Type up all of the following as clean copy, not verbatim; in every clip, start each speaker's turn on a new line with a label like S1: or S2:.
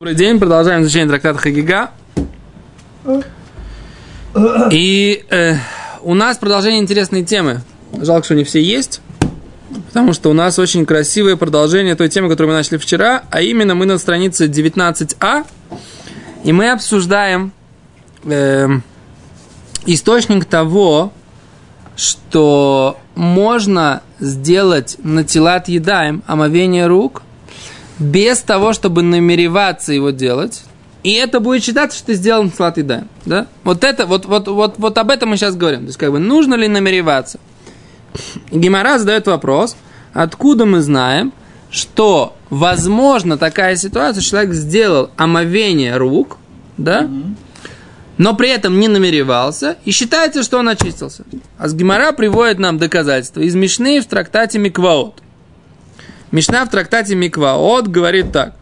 S1: Добрый день, продолжаем изучение трактата Хагига. И у нас продолжение интересной темы. Жалко, что не все есть, потому что у нас очень красивое продолжение той темы, которую мы начали вчера, а именно мы на странице 19а, и мы обсуждаем источник того, что можно сделать натилат едаем, омовение рук, без того, чтобы намереваться его делать. И это будет считаться, что ты сделал натилат едаем. Да? Вот об этом мы сейчас говорим. То есть, нужно ли намереваться? Гемара задает вопрос, откуда мы знаем, что возможно такая ситуация, что человек сделал омовение рук, да? Но при этом не намеревался, и считается, что он очистился. А с Гемара приводит нам доказательства из Мишны в трактате Микваот. Мишна в трактате Микваот говорит так,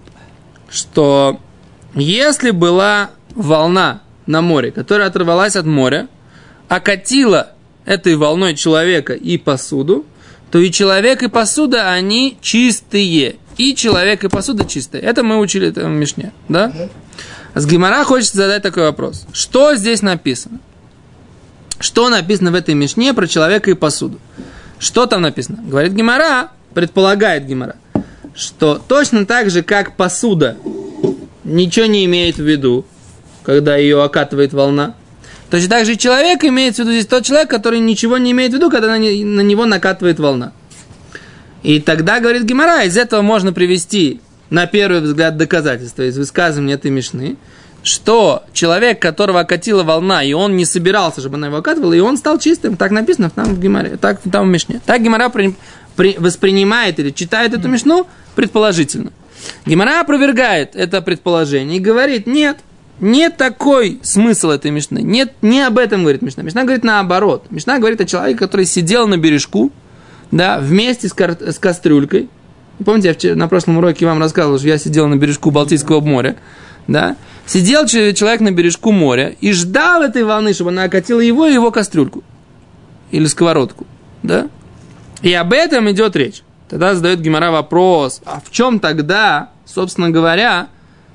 S1: что если была волна на море, которая оторвалась от моря, окатила этой волной человека и посуду, то и человек, и посуда, они чистые. И человек, и посуда чистые. Это мы учили в Мишне, да? С Гемара хочется задать такой вопрос. Что здесь написано? Что написано в этой Мишне про человека и посуду? Что там написано? Говорит Гемара, предполагает Гемара, что точно так же, как посуда ничего не имеет в виду, когда ее окатывает волна, точно так же и человек имеется в виду здесь тот человек, который ничего не имеет в виду, когда на него накатывает волна. И тогда, говорит Гемара, из этого можно привести на первый взгляд доказательства из высказывания этой Мишны, что человек, которого окатила волна, и он не собирался, чтобы она его окатывала, и он стал чистым. Так написано там в Гемаре, так там в Мишне. Так Гемара воспринимает или читает эту Мишну предположительно. Гемара опровергает это предположение и говорит, нет такой смысл этой Мишны. Нет, не об этом говорит Мишна. Мишна говорит наоборот. Мишна говорит о человеке, который сидел на бережку, да, вместе с кастрюлькой. Помните, я на прошлом уроке вам рассказывал, что я сидел на бережку Балтийского моря, да? Сидел человек на бережку моря и ждал этой волны, чтобы она окатила его и его кастрюльку. Или сковородку, да? И об этом идет речь. Тогда задает Гемара вопрос, а в чем тогда, собственно говоря,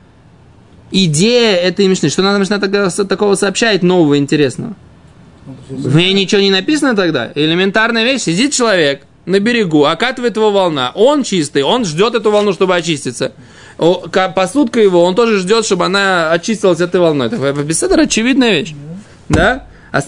S1: идея этой Мишны? Что нам Мишна такого сообщает нового, интересного? В ней ничего не написано тогда? Элементарная вещь. Сидит человек на берегу, окатывает его волна, он чистый, он ждет эту волну, чтобы очиститься. Посудка его, он тоже ждет, чтобы она очистилась этой волной. Это беседа очевидная вещь. Да?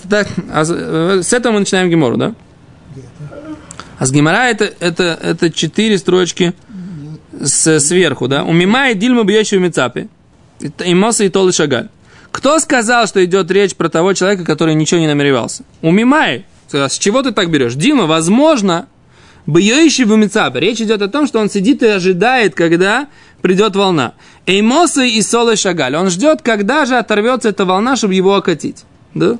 S1: С этого мы начинаем Гемору, да? А с Гемора это 4 строчки сверху, да? Умимай дильма бьющий в мицапе. И моса и толы шагаль. Кто сказал, что идет речь про того человека, который ничего не намеревался? Умимай. С чего ты так берешь? Дима, возможно, бьющий в мицапе. Речь идет о том, что он сидит и ожидает, когда придет волна. Эймосы и солы шагаль. Он ждет, когда же оторвется эта волна, чтобы его окатить. Да?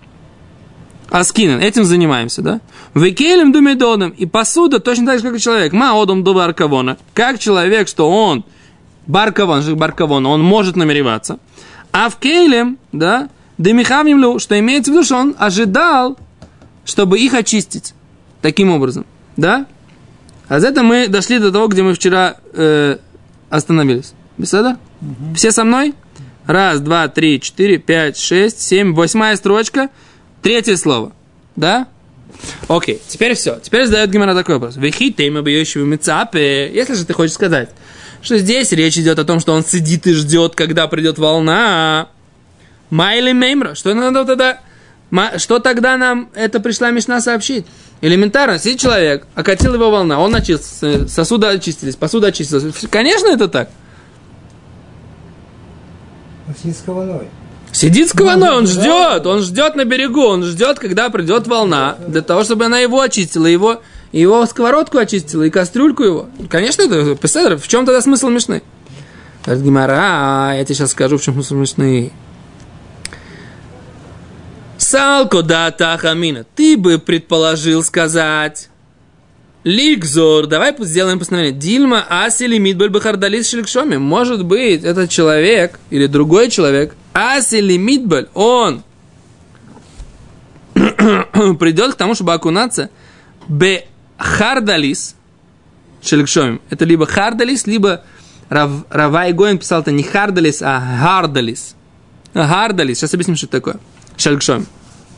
S1: Аскинен, этим занимаемся, да? Векелем думедодом. И посуда точно так же, как и человек. Маодом до баркавона. Как человек, что он баркавон, он может намереваться. А в кейлем, да, демихавнимлю, что имеется в виду, что он ожидал, чтобы их очистить. Таким образом, да? А за это мы дошли до того, где мы вчера остановились. Беседа? Все со мной? 1, 2, 3, 4, 5, 6, 7, 8 строчка. 3 слово. Да? Окей, теперь все. Теперь задает Гемара такой вопрос. Если же ты хочешь сказать, что здесь речь идет о том, что он сидит и ждет, когда придет волна. Майли меймра. Что тогда нам это пришла Мишна сообщить? Элементарно, сидит человек, окатил его волна, он очистился, сосуды очистились, посуда очистилась. Конечно, это так.
S2: Сидит с кованой.
S1: Сидит с кованой, он ждет на берегу, он ждет, когда придет волна, для того, чтобы она его очистила, его сковородку очистила, и кастрюльку его. Конечно, это писатель. В чем тогда смысл Мишны? Говорит Гемара, я тебе сейчас скажу, в чем смысл Мишны. Салко да тахамина. Ты бы предположил сказать. Ликзор, давай сделаем постановление. Дильма асили мидбаль бахардалис шеликшоми. Может быть, этот человек или другой человек, асили мидбаль, он придет к тому, чтобы окунаться бе хардалис шеликшомим. Это либо хардалис, либо Равай Гоин писал это не Хардалис, а Гардалис. Гардалис. Сейчас объясним, что это такое. Шельгшом.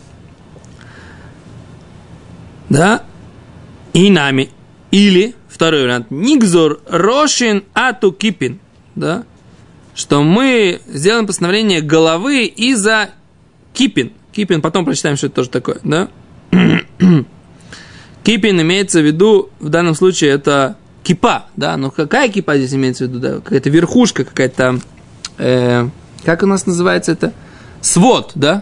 S1: Да? И нами. Или, второй вариант, Нигзор Рошин Ату Кипин. Да? Что мы сделаем постановление головы из-за кипин. Кипин, потом прочитаем, что это тоже такое. Да? Кипин имеется в виду, в данном случае, это кипа. Да? Но какая кипа здесь имеется в виду? Да? Какая-то верхушка, какая-то... как у нас называется это? Свод, да?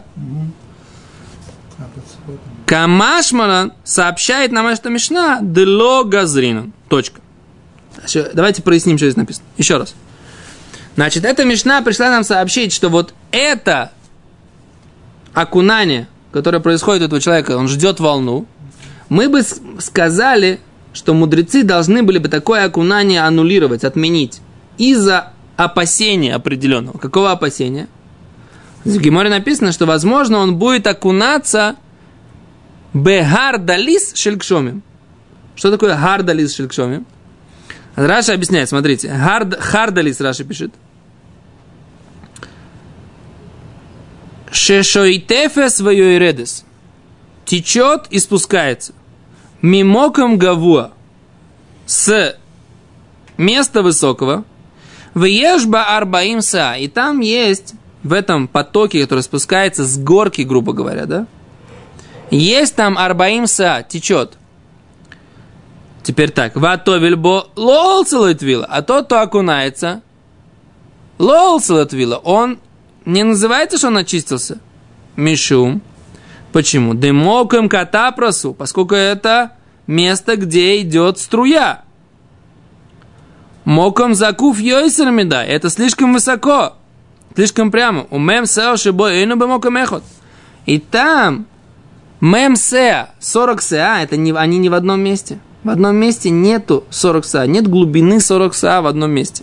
S1: Камашмаран сообщает нам, что Мишна дело газринан. Точка. Давайте проясним, что здесь написано. Еще раз. Значит, эта Мишна пришла нам сообщить, что вот это окунание, которое происходит у этого человека, он ждет волну, мы бы сказали, что мудрецы должны были бы такое окунание аннулировать, отменить из-за опасения определенного. Какого опасения? В Геморе написано, что, возможно, он будет окунаться бегардалис шелькшомим. Что такое гардалис шелькшомим? Раша объясняет, смотрите. Хардалис Раша пишет. Шешоитефес вайоиредес. Течет и спускается. Мимоком гавуа. С места высокого. Веешба арбаим са. И там есть, в этом потоке, который спускается с горки, грубо говоря, да? Есть там арбаим са, течет. Теперь так. Ватовильбо лол целотвила. А тот, кто окунается, лол целотвила, он не называется, что он очистился. Мишум. Почему? Дымоком катапросу, поскольку это место, где идет струя. Моком закув йойсермида. Это слишком высоко. Слишком прямо. У мемсео шибо эйну бемоком эхот. И там мемсеа, 40 сеа, это не, они не в одном месте. В одном месте нету 40 сеа. Нет глубины 40 сеа в одном месте.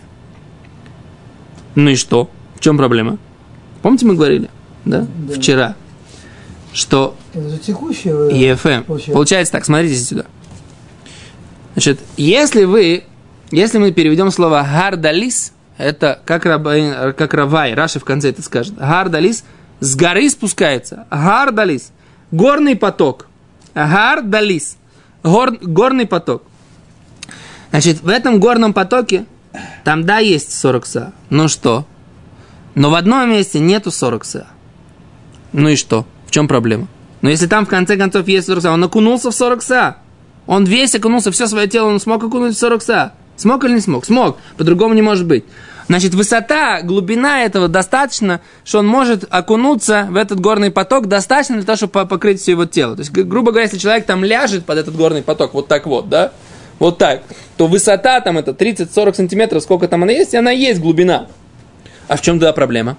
S1: Ну и что? В чем проблема? Помните, мы говорили? Да? Вчера. Что
S2: это текущее
S1: ЕФМ. Получается так, смотрите сюда. Значит, если мы переведем слово гардалис, это как равай, Раши в конце это скажет. Гардалис с горы спускается. Гардалис. Горный поток. Гардалис. Горный поток. Значит, в этом горном потоке там, да, есть 40 са. Ну что? Но в одном месте нету 40 са. Ну и что? В чем проблема? Но если там в конце концов есть 40 са, он окунулся в 40 са. Он весь окунулся, все свое тело, он смог окунуть в 40 са. Смог или не смог? Смог. По-другому не может быть. Значит, высота, глубина этого достаточно, что он может окунуться в этот горный поток достаточно для того, чтобы покрыть все его тело. То есть, грубо говоря, если человек там ляжет под этот горный поток, вот так вот, да, вот так, то высота там это 30-40 сантиметров, сколько там она есть, и она есть глубина. А в чем тогда проблема?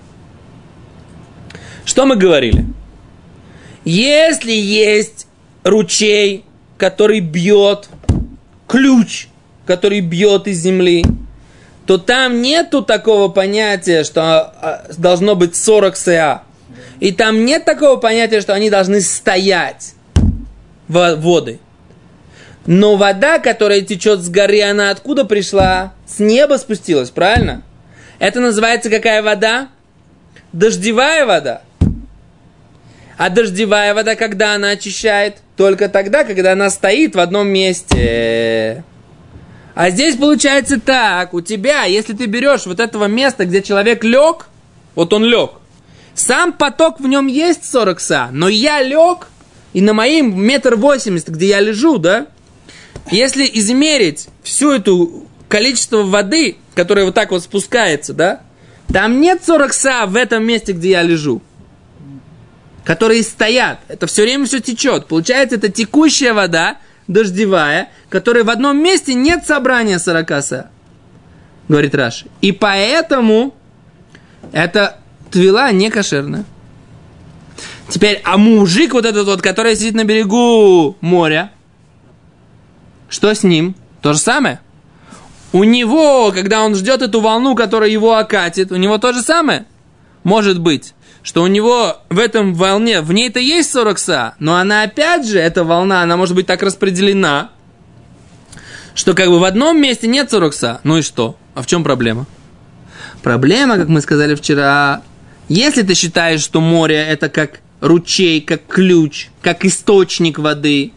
S1: Что мы говорили? Если есть ручей, который бьет, ключ, который бьет из земли, то там нету такого понятия, что должно быть 40 сеа. И там нет такого понятия, что они должны стоять, воды. Но вода, которая течет с горы, она откуда пришла? С неба спустилась, правильно? Это называется какая вода? Дождевая вода. А дождевая вода, когда она очищает? Только тогда, когда она стоит в одном месте. А здесь получается так, у тебя, если ты берешь вот этого места, где человек лег, вот он лег, сам поток в нем есть 40 са, но я лег, и на моим 1,80 м, где я лежу, да, если измерить всю эту количество воды, которая вот так вот спускается, да, там нет 40 са в этом месте, где я лежу, которые стоят, это все время все течет, получается, это текущая вода, дождевая, которой в одном месте нет собрания 40 са, говорит Раши. И поэтому эта твила не кошерная. Теперь, а мужик вот этот вот, который сидит на берегу моря, что с ним? То же самое. У него, когда он ждет эту волну, которая его окатит, у него то же самое. Может быть, что у него в этом волне, в ней-то есть 40 са, но она опять же, эта волна, она может быть так распределена, что как бы в одном месте нет 40 са. Ну и что? А в чем проблема? Проблема, как мы сказали вчера, если ты считаешь, что море это как ручей, как ключ, как источник воды,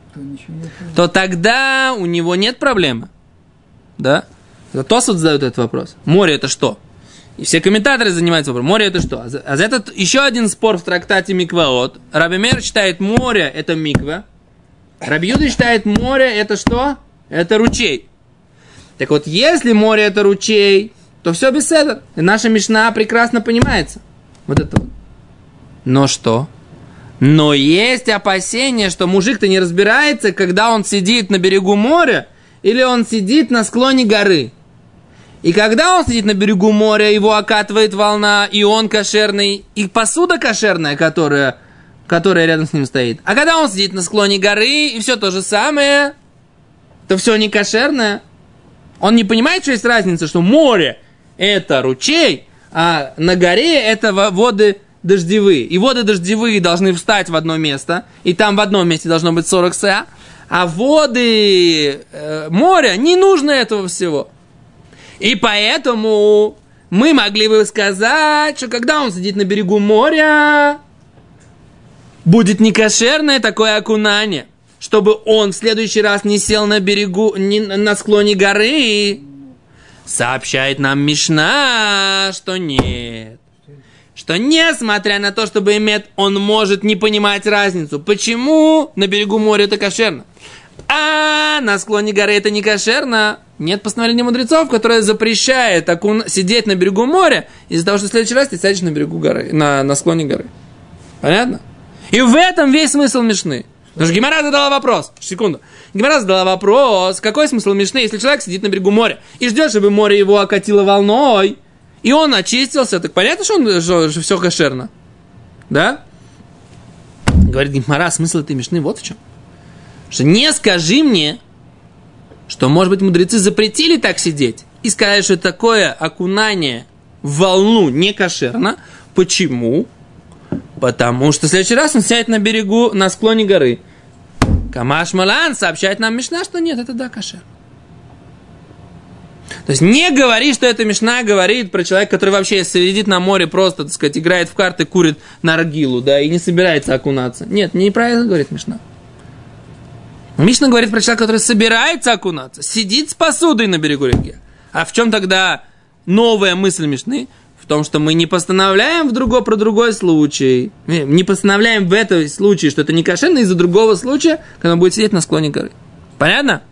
S1: то тогда у него нет проблемы. Да? Это Тосфот задает этот вопрос. Море это что? И все комментаторы занимаются вопросом. Море это что? А за этот еще один спор в трактате Микваот. Раби Меир считает море это миква. Раби Юда считает море это что? Это ручей. Так вот, если море это ручей, то все беседа. И наша Мишна прекрасно понимается. Вот это вот. Но что? Но есть опасение, что мужик-то не разбирается, когда он сидит на берегу моря или он сидит на склоне горы. И когда он сидит на берегу моря, его окатывает волна, и он кошерный, и посуда кошерная, которая рядом с ним стоит. А когда он сидит на склоне горы, и все то же самое, то все не кошерное. Он не понимает, что есть разница, что море – это ручей, а на горе – это воды дождевые. И воды дождевые должны встать в одно место, и там в одном месте должно быть 40 са, а воды моря не нужно этого всего. И поэтому мы могли бы сказать, что когда он сидит на берегу моря, будет некошерное такое окунание, чтобы он в следующий раз не сел на берегу, не на склоне горы. Сообщает нам Мишна, что нет. Что несмотря на то, что бемет, он может не понимать разницу. Почему на берегу моря это кошерно, а на склоне горы это не кошерно? Нет постановления мудрецов, которое запрещает сидеть на берегу моря из-за того, что в следующий раз ты сядешь на берегу горы, на склоне горы. Понятно? И в этом весь смысл Мишны. Потому что Гемара задала вопрос. Секунду. Гемара задала вопрос, какой смысл Мишны, если человек сидит на берегу моря и ждет, чтобы море его окатило волной, и он очистился, так понятно, что все кошерно? Да? Говорит Гемара, смысл этой Мишны вот в чем. Что не скажи мне, что, может быть, мудрецы запретили так сидеть и сказали, что такое окунание в волну не кошерно. Почему? Потому что в следующий раз он сядет на берегу, на склоне горы. Камаш Малан сообщает нам Мишна, что нет, это да, кошерно. То есть не говори, что эта Мишна говорит про человека, который вообще сидит на море, просто, так сказать, играет в карты, курит наргилу, да, и не собирается окунаться. Нет, неправильно говорит Мишна. Мишна говорит про человека, который собирается окунаться, сидит с посудой на берегу реки. А в чем тогда новая мысль Мишны? В том, что мы не постановляем про другой случай. Не постановляем в этом случае, что это не кошерно, из-за другого случая, когда он будет сидеть на склоне горы. Понятно?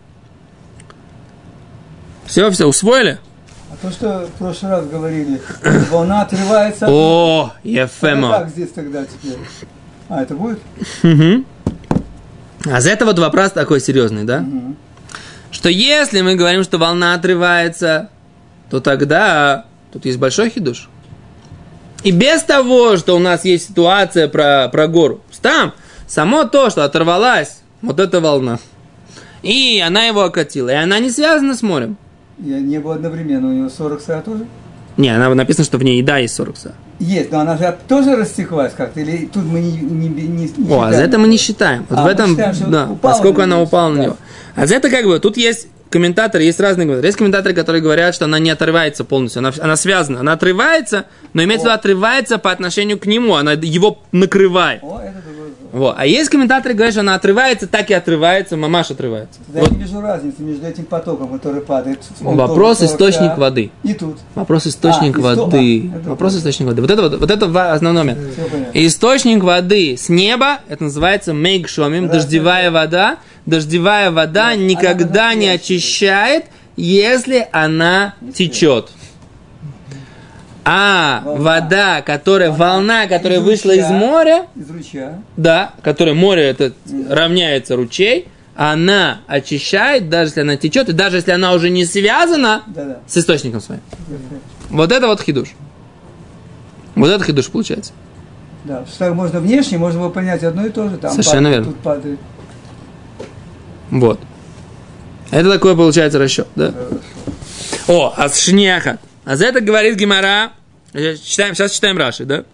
S1: Все, усвоили?
S2: А то, что в прошлый раз говорили, волна отрывается.
S1: О, ефемо.
S2: Как здесь тогда теперь? А, это будет?
S1: А за это вот вопрос такой серьезный, да? Что если мы говорим, что волна отрывается, то тогда тут есть большой хидуш. И без того, что у нас есть ситуация про гору, там само то, что оторвалась вот эта волна, и она его окатила, и она не связана с морем.
S2: Не было одновременно, у него 40 са тоже?
S1: Не, она написано, что в ней еда есть 40 са.
S2: Есть, но она же тоже растеклась как-то, или тут мы не
S1: О, а за это мы не считаем. Вот в этом, считаем, да, поскольку она упала на него. А за это как бы, тут есть комментаторы, есть разные комментаторы. Есть комментаторы, которые говорят, что она не отрывается полностью, она связана, она отрывается, но имеется в виду отрывается по отношению к нему, она его накрывает. Вот. А есть комментаторы, говорят, что она отрывается, так и отрывается, мамаш отрывается.
S2: Я вот. Не вижу разницы между этим потоком, который падает.
S1: Вопрос источник воды.
S2: И тут.
S1: Вопрос источник воды. Вопрос источник воды. Вот это основной момент. Источник воды с неба, это называется мейгшомим, дождевая вода. Дождевая вода никогда не очищает, если она течет. А вода, волна, которая вышла из моря,
S2: из ручья,
S1: да, которая море это равняется ручей, она очищает, даже если она течет, и даже если она уже не связана с источником своим. Вот это вот хидуш. Вот это хидуш получается.
S2: Да, что так можно внешне, можно было понять одно и то же. Там
S1: совершенно
S2: падает,
S1: верно.
S2: Тут падает.
S1: Вот. Это такой получается расчет, да? О, а с шняха. А за это говорит Гемара. Сейчас читаем Раши, да?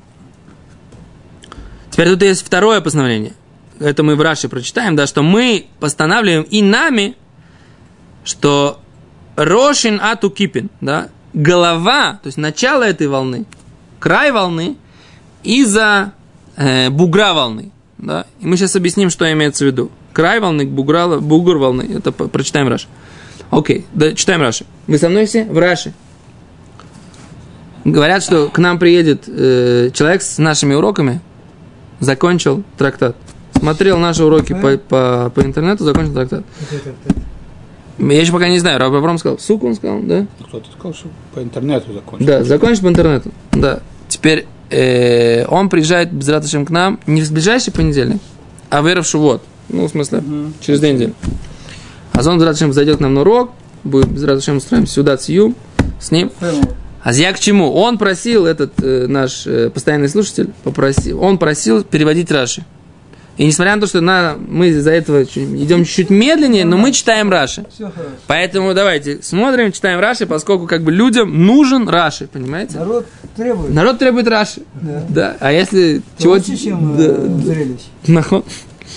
S1: Теперь тут есть второе постановление. Это мы в Раши прочитаем, да, что мы постанавливаем и нами, что Рошин ату кипин, да, голова, то есть начало этой волны, край волны из-за бугра волны, да. И мы сейчас объясним, что имеется в виду. Край волны, бугор волны, это прочитаем Раши. Окей, да, читаем Раши. Вы со мной все? В Раши. Говорят, что к нам приедет человек с нашими уроками, закончил трактат. Смотрел наши уроки по интернету, закончил трактат. Я еще пока не знаю, Рав Авраам сказал, суку он сказал, да?
S3: Кто-то сказал, что по интернету закончил.
S1: Да, закончил по интернету, да. Теперь он приезжает без раташем к нам не в ближайший понедельник, а в Эрев Шивот. Ну, в смысле, через 2 недели. А он без раташем зайдет к нам на урок, будет без раташем устроим сюда сию с ним. А я к чему? Он просил, этот наш постоянный слушатель, он просил переводить Раши. И несмотря на то, что мы из-за этого идем чуть-чуть медленнее, но мы читаем Раши. Поэтому давайте смотрим, читаем Раши, поскольку как бы людям нужен Раши, понимаете?
S2: Народ требует.
S1: Народ требует Раши. Да. А если чего-то...
S2: Лучше, чем зрелище.
S1: Наход.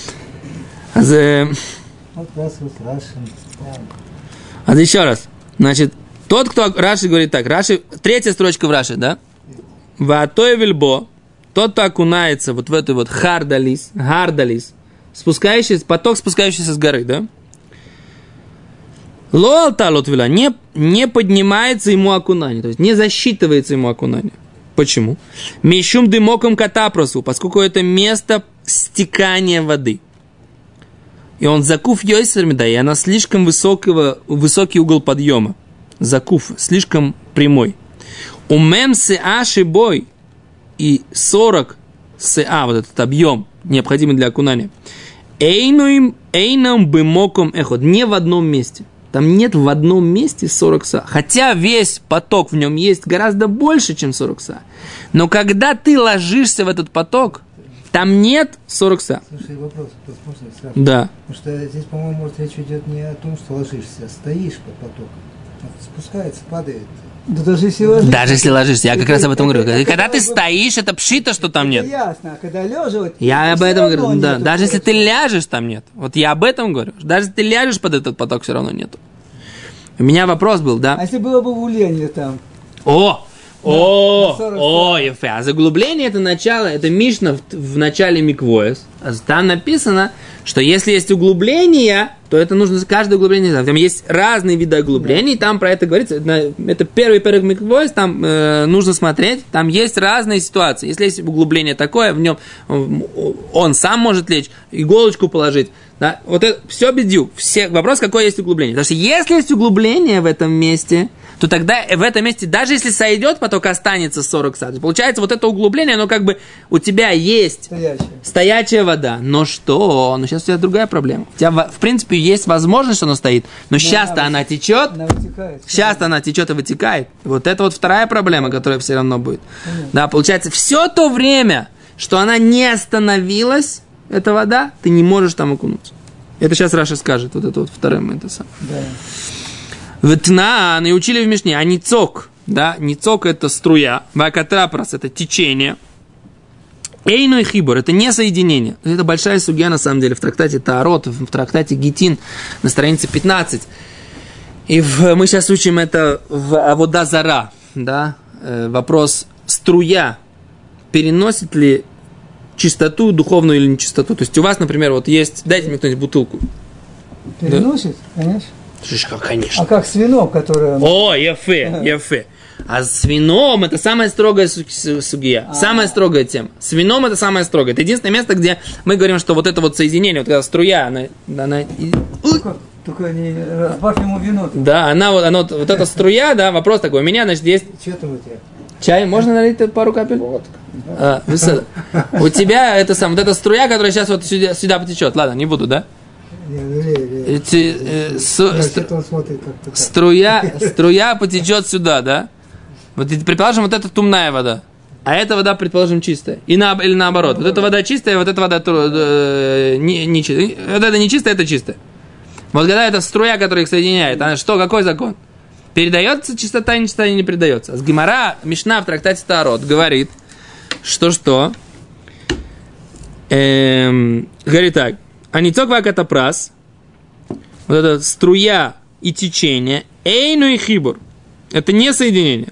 S2: Вот раз вот Раши.
S1: А еще раз. Значит, тот, кто Раши говорит так, Раши, 3-я строчка в Раши, да? Ватой вельбо. Тот, кто окунается вот в эту вот хардалис, поток, спускающийся с горы, да? Лоалта лотвила, не поднимается ему окунание, то есть не засчитывается ему окунание. Почему? Мещум дымоком катапросу, поскольку это место стекания воды. И он закуф йойсерми, да, и она слишком высокий угол подъема. Закуф, слишком прямой. Умем сеаши бой. И 40 СА, вот этот объем, необходимый для окунания, эйном бымоком эхот, не в одном месте. Там нет в одном месте 40 СА. Хотя весь поток в нем есть гораздо больше, чем 40 СА. Но когда ты ложишься в этот поток, там нет 40 СА.
S4: Слушай, вопрос, можно сразу?
S1: Да.
S4: Потому что здесь, по-моему, может, речь идет не о том, что ложишься, а стоишь под потоком. Спускается, падает.
S2: Да даже если ложишься.
S1: Даже если ложишься, я как раз об этом говорю. Когда ты стоишь, это пшито, что там нет.
S2: Это ясно, а когда лежа,
S1: я об этом говорю, да. Даже если ты ляжешь, там нет. Вот я об этом говорю. Даже если ты ляжешь под этот поток, все равно нету. У меня вопрос был, да?
S2: А если было бы гуляние там?
S1: Ефе. А заглубление это начало, это Мишна в начале Миквоэс. Там написано, что если есть углубление, то это нужно каждое углубление. Там есть разные виды углублений, там про это говорится. Это первый перек Миквоэс, там нужно смотреть, там есть разные ситуации. Если есть углубление такое, в нем он сам может лечь, иголочку положить. Да? Вот это все бедюк. Вопрос, какое есть углубление. Потому что если есть углубление в этом месте, то тогда в этом месте, даже если сойдет, поток останется 40 СА. Получается, вот это углубление, оно как бы у тебя есть стоячая вода. Но что? Но сейчас у тебя другая проблема. У тебя, в принципе, есть возможность, что оно стоит, но сейчас-то она течет. Сейчас-то она течет и вытекает. Вот это вот вторая проблема, которая все равно будет. Да, получается, все то время, что она не остановилась, эта вода, ты не можешь там окунуться. Это сейчас Раша скажет, вот это вот вторым это самое. Да. Ветнан, и учили в Мишне, а ницок, да, ницок это струя, вакатрапрас это течение, эйну и хибор это не соединение. Это большая сугья на самом деле в трактате Таарот, в трактате Гитин на странице 15. И мы сейчас учим это в Авода Зара, да, вопрос струя переносит ли чистоту духовную или нечистоту. То есть у вас, например, вот есть, дайте мне кто-нибудь бутылку.
S2: Переносит, да? Конечно.
S1: Конечно.
S2: А как с вином, которое...
S1: Ефе. А с вином это самая строгая сугия. Самая строгая тема. С вином это самая строгая. Это единственное место, где мы говорим, что вот это вот соединение, вот эта струя, она...
S2: Только не разбавь ему вино.
S1: Да, вот эта струя, да, вопрос такой. У меня, значит, есть...
S4: Что там у тебя?
S1: Чай? Можно налить пару капель? У тебя вот эта струя, которая сейчас вот сюда потечет. Ладно, не буду, да? Струя потечет сюда, да? Вот предположим, вот это тумная вода, а эта вода, предположим, чистая. Или наоборот. Вот эта вода чистая, вот эта вода не чистая. Вот это не чистая, это чистая. Вот когда эта струя, которая их соединяет, она что, какой закон? Передается чистота и нечистота не передается. С Гемара, Мишна в трактате Таарот говорит, что говорит так. Аницок вакатапрас, вот эта струя и течение, Эйну и хибур. Это не соединение.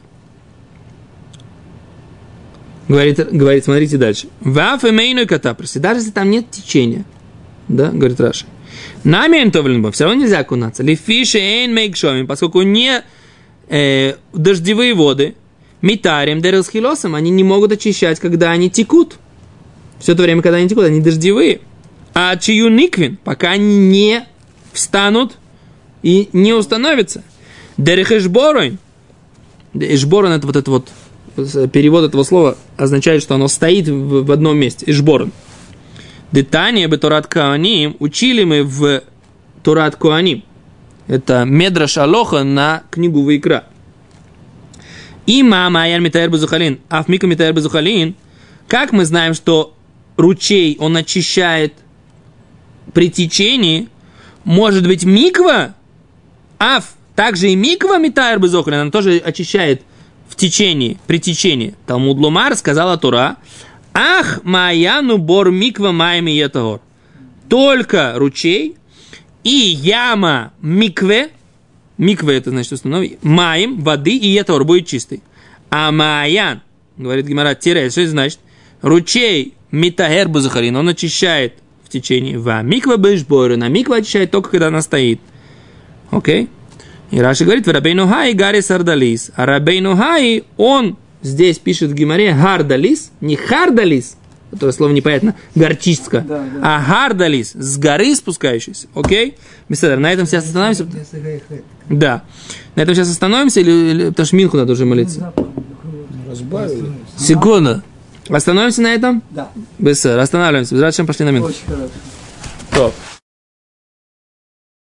S1: Говорит, смотрите дальше. Ваф и мейну и катапроси. Даже если там нет течения. Да, говорит Раши. Нами энтовленба. Все равно нельзя окунаться. Лифиши эйн мейкшоми. Поскольку не дождевые воды. Митарем дерелсхилосом. Они не могут очищать, когда они текут. Все это время, когда они текут, они дождевые. А чию никвин, пока они не встанут и не установятся. Дерехешборон. Ишборон это вот это вот, перевод этого слова означает, что оно стоит в одном месте. Ишборон. Детание бы Торат Коаним учили мы в Торат Коаним. Это Медраш Алоха на книгу Ваикра. И мама Аян Митаэр Безухалин, Афмика Митаэр Безухалин. Как мы знаем, что ручей, он очищает при течении, может быть миква, также и миква Митаэр Безухалин, она тоже очищает в течении, при течении. Талмуд Ломар сказала Тора, ах, маяну бор миква майми етагор. Только ручей и яма микве, микве это значит установи, маем, воды и етагор будет чистый. А маян, говорит Гемара, тире, что это значит? Ручей митаэр бузахарин, он очищает в течение. Ва миква бешборен, а миква очищает только когда она стоит. Окей? И Раши говорит, Рабейну Хай гари сардалис. А Рабейну Хай, он здесь пишет в Гемаре гардалис, не хардалис, это слово непонятно, горчичка, да. А гардалис, с горы спускающийся. Окей? Беседа, на этом сейчас остановимся. Да. На этом сейчас остановимся, или потому что Минху надо уже молиться.
S3: Разбавили.
S1: Секунду. Остановимся на этом?
S2: Да.
S1: Беседа, останавливаемся. Зачем пошли на Минху?
S2: Очень хорошо.
S1: Топ.